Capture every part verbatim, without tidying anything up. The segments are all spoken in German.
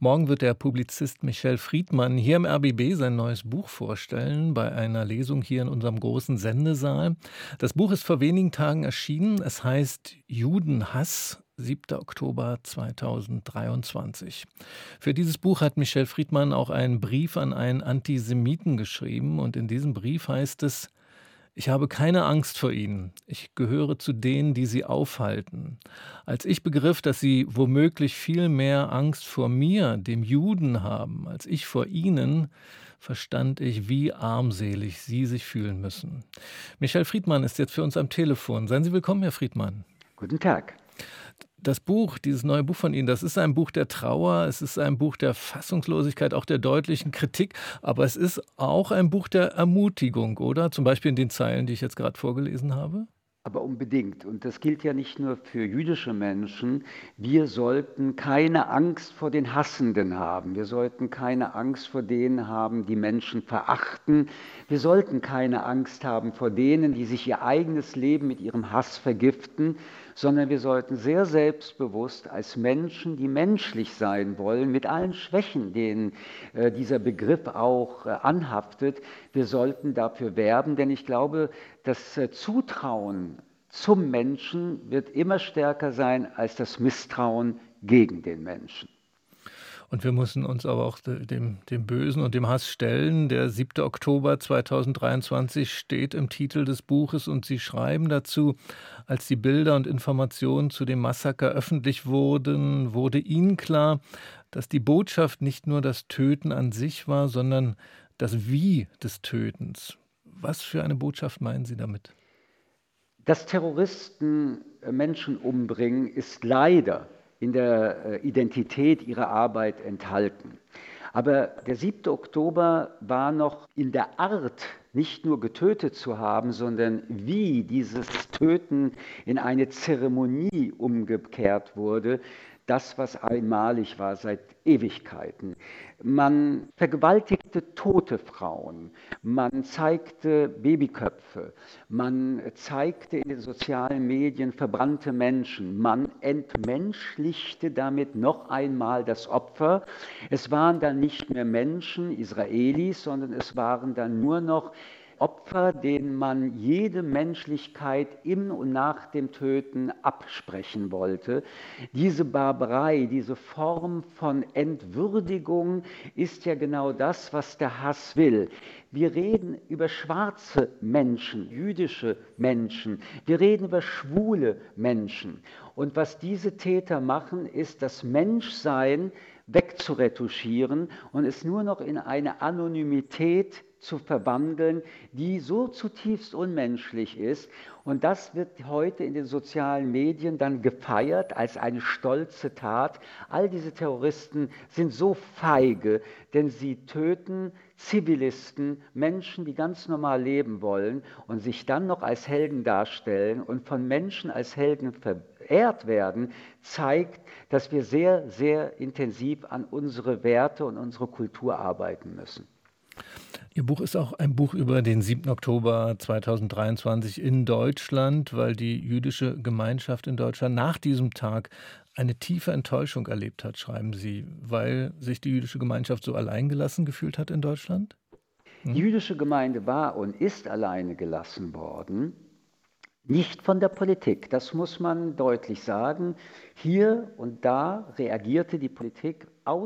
Morgen wird der Publizist Michel Friedmann hier im R B B sein neues Buch vorstellen, bei einer Lesung hier in unserem großen Sendesaal. Das Buch ist vor wenigen Tagen erschienen. Es heißt Judenhass, siebter Oktober zweitausenddreiundzwanzig. Für dieses Buch hat Michel Friedmann auch einen Brief an einen Antisemiten geschrieben. Und in diesem Brief heißt es: Ich habe keine Angst vor ihnen. Ich gehöre zu denen, die sie aufhalten. Als ich begriff, dass sie womöglich viel mehr Angst vor mir, dem Juden, haben, als ich vor ihnen, verstand ich, wie armselig sie sich fühlen müssen. Michel Friedmann ist jetzt für uns am Telefon. Seien Sie willkommen, Herr Friedmann. Guten Tag. Das Buch, dieses neue Buch von Ihnen, das ist ein Buch der Trauer, es ist ein Buch der Fassungslosigkeit, auch der deutlichen Kritik, aber es ist auch ein Buch der Ermutigung, oder? Zum Beispiel in den Zeilen, die ich jetzt gerade vorgelesen habe? Aber unbedingt. Und das gilt ja nicht nur für jüdische Menschen. Wir sollten keine Angst vor den Hassenden haben. Wir sollten keine Angst vor denen haben, die Menschen verachten. Wir sollten keine Angst haben vor denen, die sich ihr eigenes Leben mit ihrem Hass vergiften, sondern wir sollten sehr selbstbewusst als Menschen, die menschlich sein wollen, mit allen Schwächen, denen äh, dieser Begriff auch äh, anhaftet, wir sollten dafür werben, denn ich glaube, das äh, Zutrauen zum Menschen wird immer stärker sein als das Misstrauen gegen den Menschen. Und wir müssen uns aber auch dem, dem Bösen und dem Hass stellen. Der siebter Oktober zweitausenddreiundzwanzig steht im Titel des Buches und Sie schreiben dazu: Als die Bilder und Informationen zu dem Massaker öffentlich wurden, wurde Ihnen klar, dass die Botschaft nicht nur das Töten an sich war, sondern das Wie des Tötens. Was für eine Botschaft meinen Sie damit? Dass Terroristen Menschen umbringen, ist leider in der Identität ihrer Arbeit enthalten. Aber der siebte Oktober war noch in der Art, nicht nur getötet zu haben, sondern wie dieses Töten in eine Zeremonie umgekehrt wurde, das, was einmalig war seit Ewigkeiten. Man vergewaltigte tote Frauen, man zeigte Babyköpfe, man zeigte in den sozialen Medien verbrannte Menschen, man entmenschlichte damit noch einmal das Opfer. Es waren dann nicht mehr Menschen, Israelis, sondern es waren dann nur noch Opfer, denen man jede Menschlichkeit im und nach dem Töten absprechen wollte. Diese Barbarei, diese Form von Entwürdigung ist ja genau das, was der Hass will. Wir reden über schwarze Menschen, jüdische Menschen, wir reden über schwule Menschen. Und was diese Täter machen, ist das Menschsein wegzuretuschieren und es nur noch in eine Anonymität zu verwandeln, die so zutiefst unmenschlich ist. Und das wird heute in den sozialen Medien dann gefeiert als eine stolze Tat. All diese Terroristen sind so feige, denn sie töten Zivilisten, Menschen, die ganz normal leben wollen und sich dann noch als Helden darstellen und von Menschen als Helden verehrt werden, zeigt, dass wir sehr, sehr intensiv an unsere Werte und unsere Kultur arbeiten müssen. Ihr Buch ist auch ein Buch über den siebten Oktober zweitausenddreiundzwanzig in Deutschland, weil die jüdische Gemeinschaft in Deutschland nach diesem Tag eine tiefe Enttäuschung erlebt hat, schreiben Sie, weil sich die jüdische Gemeinschaft so alleingelassen gefühlt hat in Deutschland? Hm? Die jüdische Gemeinde war und ist alleine gelassen worden. Nicht von der Politik, das muss man deutlich sagen. Hier und da reagierte die Politik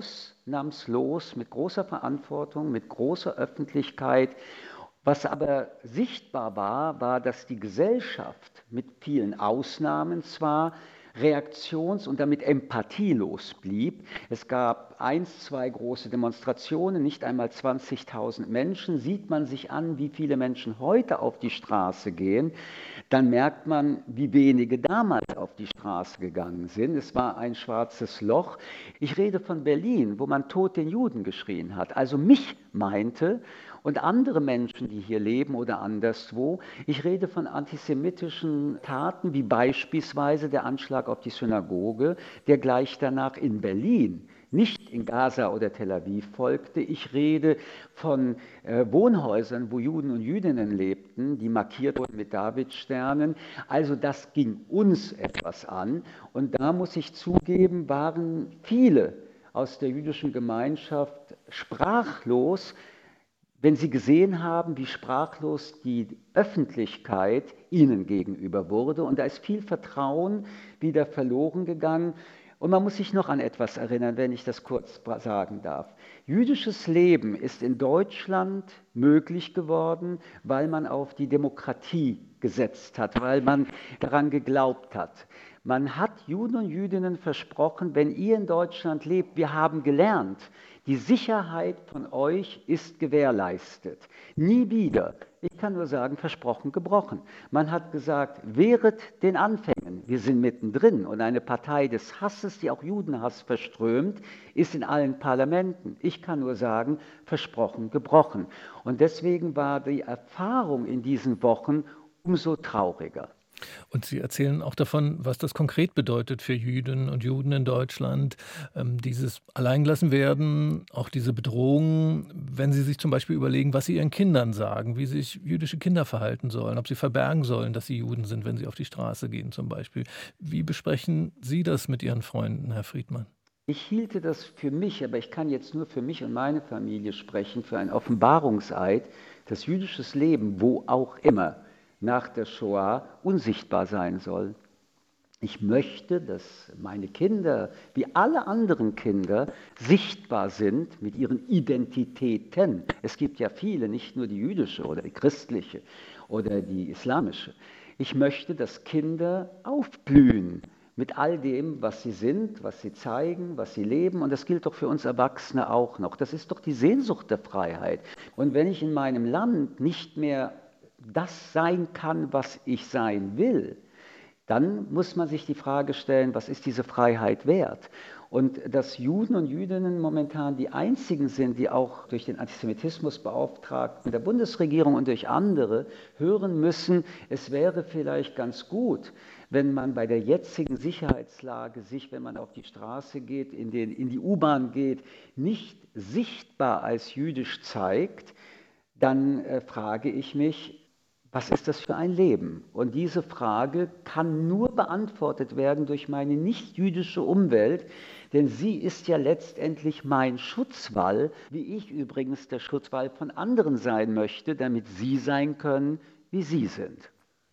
ausnahmslos mit großer Verantwortung, mit großer Öffentlichkeit. Was aber sichtbar war, war, dass die Gesellschaft mit vielen Ausnahmen zwar reaktions- und damit empathielos blieb. Es gab eins, zwei große Demonstrationen, nicht einmal zwanzigtausend Menschen. Sieht man sich an, wie viele Menschen heute auf die Straße gehen, dann merkt man, wie wenige damals auf die Straße gegangen sind. Es war ein schwarzes Loch. Ich rede von Berlin, wo man Tod den Juden geschrien hat, also mich meinte und andere Menschen, die hier leben oder anderswo. Ich rede von antisemitischen Taten, wie beispielsweise der Anschlag auf die Synagoge, der gleich danach in Berlin, nicht in Gaza oder Tel Aviv folgte. Ich rede von äh, Wohnhäusern, wo Juden und Jüdinnen lebten, die markiert wurden mit Davidsternen. Also das ging uns etwas an. Und da muss ich zugeben, waren viele aus der jüdischen Gemeinschaft sprachlos, wenn sie gesehen haben, wie sprachlos die Öffentlichkeit ihnen gegenüber wurde. Und da ist viel Vertrauen wieder verloren gegangen. Und man muss sich noch an etwas erinnern, wenn ich das kurz sagen darf. Jüdisches Leben ist in Deutschland möglich geworden, weil man auf die Demokratie gesetzt hat, weil man daran geglaubt hat. Man hat Juden und Jüdinnen versprochen, wenn ihr in Deutschland lebt, wir haben gelernt, die Sicherheit von euch ist gewährleistet. Nie wieder. Ich kann nur sagen, versprochen, gebrochen. Man hat gesagt, wehret den Anfängen. Wir sind mittendrin und eine Partei des Hasses, die auch Judenhass verströmt, ist in allen Parlamenten. Ich kann nur sagen, versprochen, gebrochen. Und deswegen war die Erfahrung in diesen Wochen umso trauriger. Und Sie erzählen auch davon, was das konkret bedeutet für Jüdinnen und Juden in Deutschland, ähm, dieses Alleingelassenwerden, auch diese Bedrohung, wenn Sie sich zum Beispiel überlegen, was Sie Ihren Kindern sagen, wie sich jüdische Kinder verhalten sollen, ob sie verbergen sollen, dass sie Juden sind, wenn sie auf die Straße gehen zum Beispiel. Wie besprechen Sie das mit Ihren Freunden, Herr Friedmann? Ich hielte das für mich, aber ich kann jetzt nur für mich und meine Familie sprechen, für einen Offenbarungseid, dass jüdisches Leben, wo auch immer, nach der Shoah unsichtbar sein soll. Ich möchte, dass meine Kinder, wie alle anderen Kinder, sichtbar sind mit ihren Identitäten. Es gibt ja viele, nicht nur die jüdische oder die christliche oder die islamische. Ich möchte, dass Kinder aufblühen mit all dem, was sie sind, was sie zeigen, was sie leben. Und das gilt doch für uns Erwachsene auch noch. Das ist doch die Sehnsucht der Freiheit. Und wenn ich in meinem Land nicht mehr das sein kann, was ich sein will, dann muss man sich die Frage stellen, was ist diese Freiheit wert? Und dass Juden und Jüdinnen momentan die einzigen sind, die auch durch den Antisemitismusbeauftragten der Bundesregierung und durch andere hören müssen, es wäre vielleicht ganz gut, wenn man bei der jetzigen Sicherheitslage sich, wenn man auf die Straße geht, in, den, in die U-Bahn geht, nicht sichtbar als jüdisch zeigt, dann äh, frage ich mich, was ist das für ein Leben? Und diese Frage kann nur beantwortet werden durch meine nicht-jüdische Umwelt, denn sie ist ja letztendlich mein Schutzwall, wie ich übrigens der Schutzwall von anderen sein möchte, damit sie sein können, wie sie sind.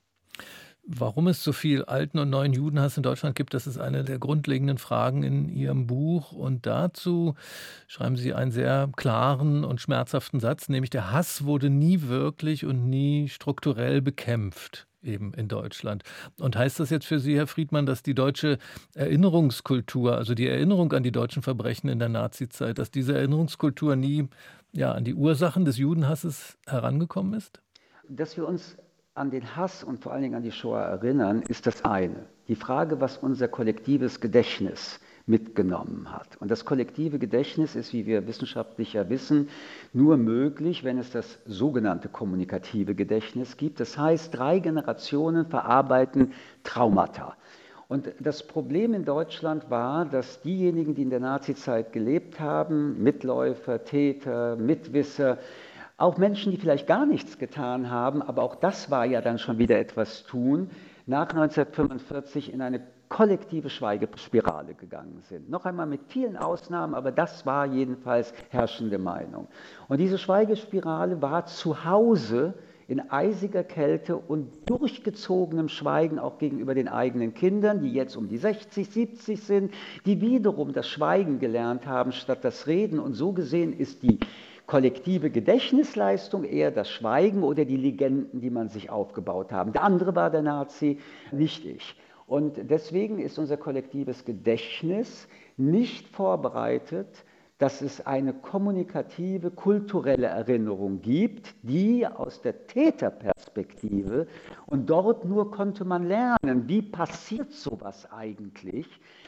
Warum es so viel alten und neuen Judenhass in Deutschland gibt, das ist eine der grundlegenden Fragen in Ihrem Buch. Und dazu schreiben Sie einen sehr klaren und schmerzhaften Satz, nämlich der Hass wurde nie wirklich und nie strukturell bekämpft, eben in Deutschland. Und heißt das jetzt für Sie, Herr Friedmann, dass die deutsche Erinnerungskultur, also die Erinnerung an die deutschen Verbrechen in der Nazizeit, dass diese Erinnerungskultur nie ja, an die Ursachen des Judenhasses herangekommen ist? Dass wir uns an den Hass und vor allen Dingen an die Shoah erinnern, ist das eine. Die Frage, was unser kollektives Gedächtnis mitgenommen hat. Und das kollektive Gedächtnis ist, wie wir wissenschaftlich ja wissen, nur möglich, wenn es das sogenannte kommunikative Gedächtnis gibt. Das heißt, drei Generationen verarbeiten Traumata. Und das Problem in Deutschland war, dass diejenigen, die in der Nazizeit gelebt haben, Mitläufer, Täter, Mitwisser, auch Menschen, die vielleicht gar nichts getan haben, aber auch das war ja dann schon wieder etwas tun, nach neunzehnhundertfünfundvierzig in eine kollektive Schweigespirale gegangen sind. Noch einmal mit vielen Ausnahmen, aber das war jedenfalls herrschende Meinung. Und diese Schweigespirale war zu Hause in eisiger Kälte und durchgezogenem Schweigen auch gegenüber den eigenen Kindern, die jetzt um die sechzig, siebzig sind, die wiederum das Schweigen gelernt haben statt das Reden. Und so gesehen ist die kollektive Gedächtnisleistung eher das Schweigen oder die Legenden, die man sich aufgebaut haben. Der andere war der Nazi, nicht ich. Und deswegen ist unser kollektives Gedächtnis nicht vorbereitet, dass es eine kommunikative, kulturelle Erinnerung gibt, die aus der Täterperspektive, und dort nur konnte man lernen, wie passiert sowas eigentlich,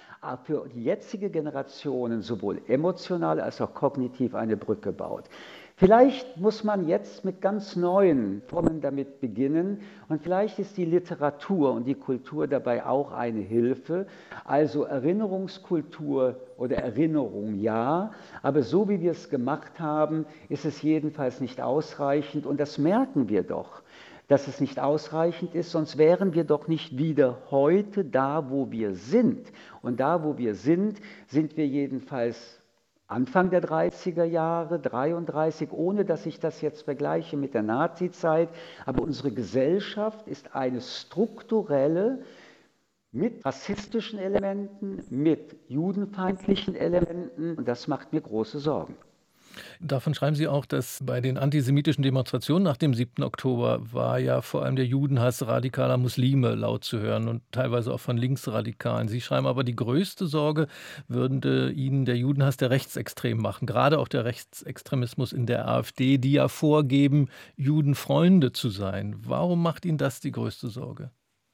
für die jetzige Generationen sowohl emotional als auch kognitiv eine Brücke baut. Vielleicht muss man jetzt mit ganz neuen Formen damit beginnen und vielleicht ist die Literatur und die Kultur dabei auch eine Hilfe. Also Erinnerungskultur oder Erinnerung ja, aber so wie wir es gemacht haben, ist es jedenfalls nicht ausreichend und das merken wir doch, dass es nicht ausreichend ist, sonst wären wir doch nicht wieder heute da, wo wir sind. Und da, wo wir sind, sind wir jedenfalls Anfang der dreißiger Jahre, dreiunddreißig, ohne dass ich das jetzt vergleiche mit der Nazizeit. Aber unsere Gesellschaft ist eine strukturelle, mit rassistischen Elementen, mit judenfeindlichen Elementen. Und das macht mir große Sorgen. Davon schreiben Sie auch, dass bei den antisemitischen Demonstrationen nach dem siebten Oktober war ja vor allem der Judenhass radikaler Muslime laut zu hören und teilweise auch von Linksradikalen. Sie schreiben aber, die größte Sorge würde Ihnen der Judenhass der Rechtsextremen machen, gerade auch der Rechtsextremismus in der AfD, die ja vorgeben, Judenfreunde zu sein. Warum macht Ihnen das die größte Sorge?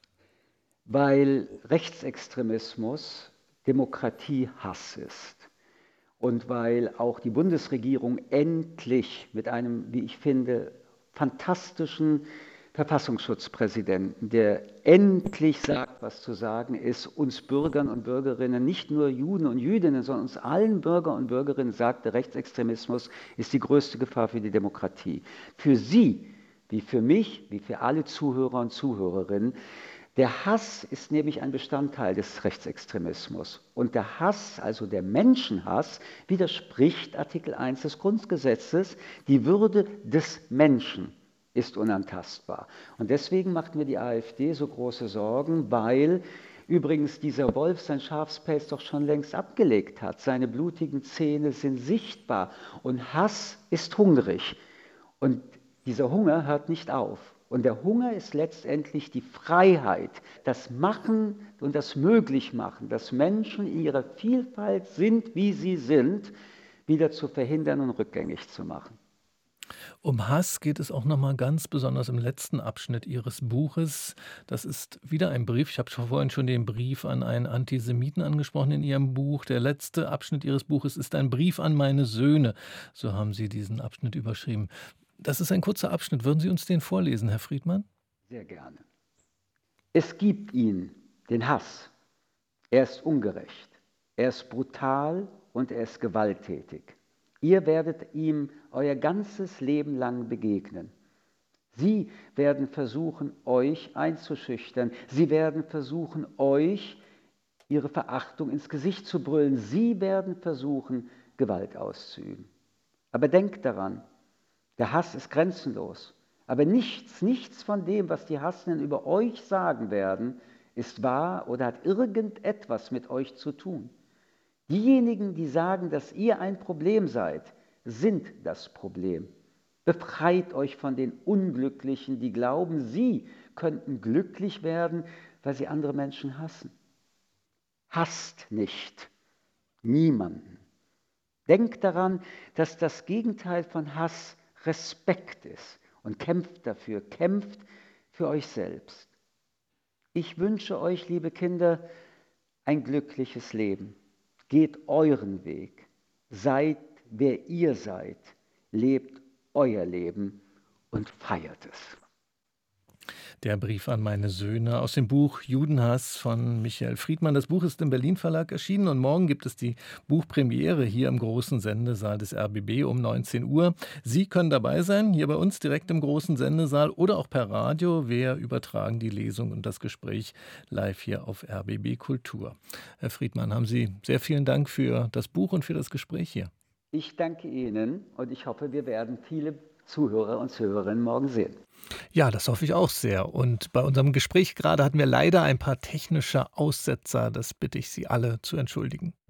Weil Rechtsextremismus Demokratiehass ist. Und weil auch die Bundesregierung endlich mit einem, wie ich finde, fantastischen Verfassungsschutzpräsidenten, der endlich sagt, was zu sagen ist, uns Bürgern und Bürgerinnen, nicht nur Juden und Jüdinnen, sondern uns allen Bürger und Bürgerinnen sagt, der Rechtsextremismus ist die größte Gefahr für die Demokratie. Für Sie, wie für mich, wie für alle Zuhörer und Zuhörerinnen. Der Hass ist nämlich ein Bestandteil des Rechtsextremismus. Und der Hass, also der Menschenhass, widerspricht Artikel eins des Grundgesetzes. Die Würde des Menschen ist unantastbar. Und deswegen macht mir die AfD so große Sorgen, weil übrigens dieser Wolf sein Schafspelz doch schon längst abgelegt hat. Seine blutigen Zähne sind sichtbar. Und Hass ist hungrig. Und dieser Hunger hört nicht auf. Und der Hunger ist letztendlich die Freiheit, das Machen und das Möglichmachen, dass Menschen in ihrer Vielfalt sind, wie sie sind, wieder zu verhindern und rückgängig zu machen. Um Hass geht es auch noch mal ganz besonders im letzten Abschnitt Ihres Buches. Das ist wieder ein Brief. Ich habe schon vorhin schon den Brief an einen Antisemiten angesprochen in Ihrem Buch. Der letzte Abschnitt Ihres Buches ist ein Brief an meine Söhne. So haben Sie diesen Abschnitt überschrieben. Das ist ein kurzer Abschnitt. Würden Sie uns den vorlesen, Herr Friedmann? Sehr gerne. Es gibt ihn, den Hass. Er ist ungerecht, er ist brutal und er ist gewalttätig. Ihr werdet ihm euer ganzes Leben lang begegnen. Sie werden versuchen, euch einzuschüchtern. Sie werden versuchen, euch ihre Verachtung ins Gesicht zu brüllen. Sie werden versuchen, Gewalt auszuüben. Aber denkt daran, der Hass ist grenzenlos. Aber nichts, nichts von dem, was die Hassenden über euch sagen werden, ist wahr oder hat irgendetwas mit euch zu tun. Diejenigen, die sagen, dass ihr ein Problem seid, sind das Problem. Befreit euch von den Unglücklichen, die glauben, sie könnten glücklich werden, weil sie andere Menschen hassen. Hasst nicht niemanden. Denkt daran, dass das Gegenteil von Hass Respekt ist und kämpft dafür, kämpft für euch selbst. Ich wünsche euch, liebe Kinder, ein glückliches Leben. Geht euren Weg, seid, wer ihr seid, lebt euer Leben und feiert es. Der Brief an meine Söhne aus dem Buch Judenhass von Michael Friedmann. Das Buch ist im Berlin Verlag erschienen und morgen gibt es die Buchpremiere hier im großen Sendesaal des R B B um neunzehn Uhr. Sie können dabei sein, hier bei uns direkt im großen Sendesaal oder auch per Radio. Wir übertragen die Lesung und das Gespräch live hier auf R B B Kultur. Herr Friedmann, haben Sie sehr vielen Dank für das Buch und für das Gespräch hier. Ich danke Ihnen und ich hoffe, wir werden viele Zuhörer und Zuhörerinnen morgen sehen. Ja, das hoffe ich auch sehr. Und bei unserem Gespräch gerade hatten wir leider ein paar technische Aussetzer. Das bitte ich Sie alle zu entschuldigen.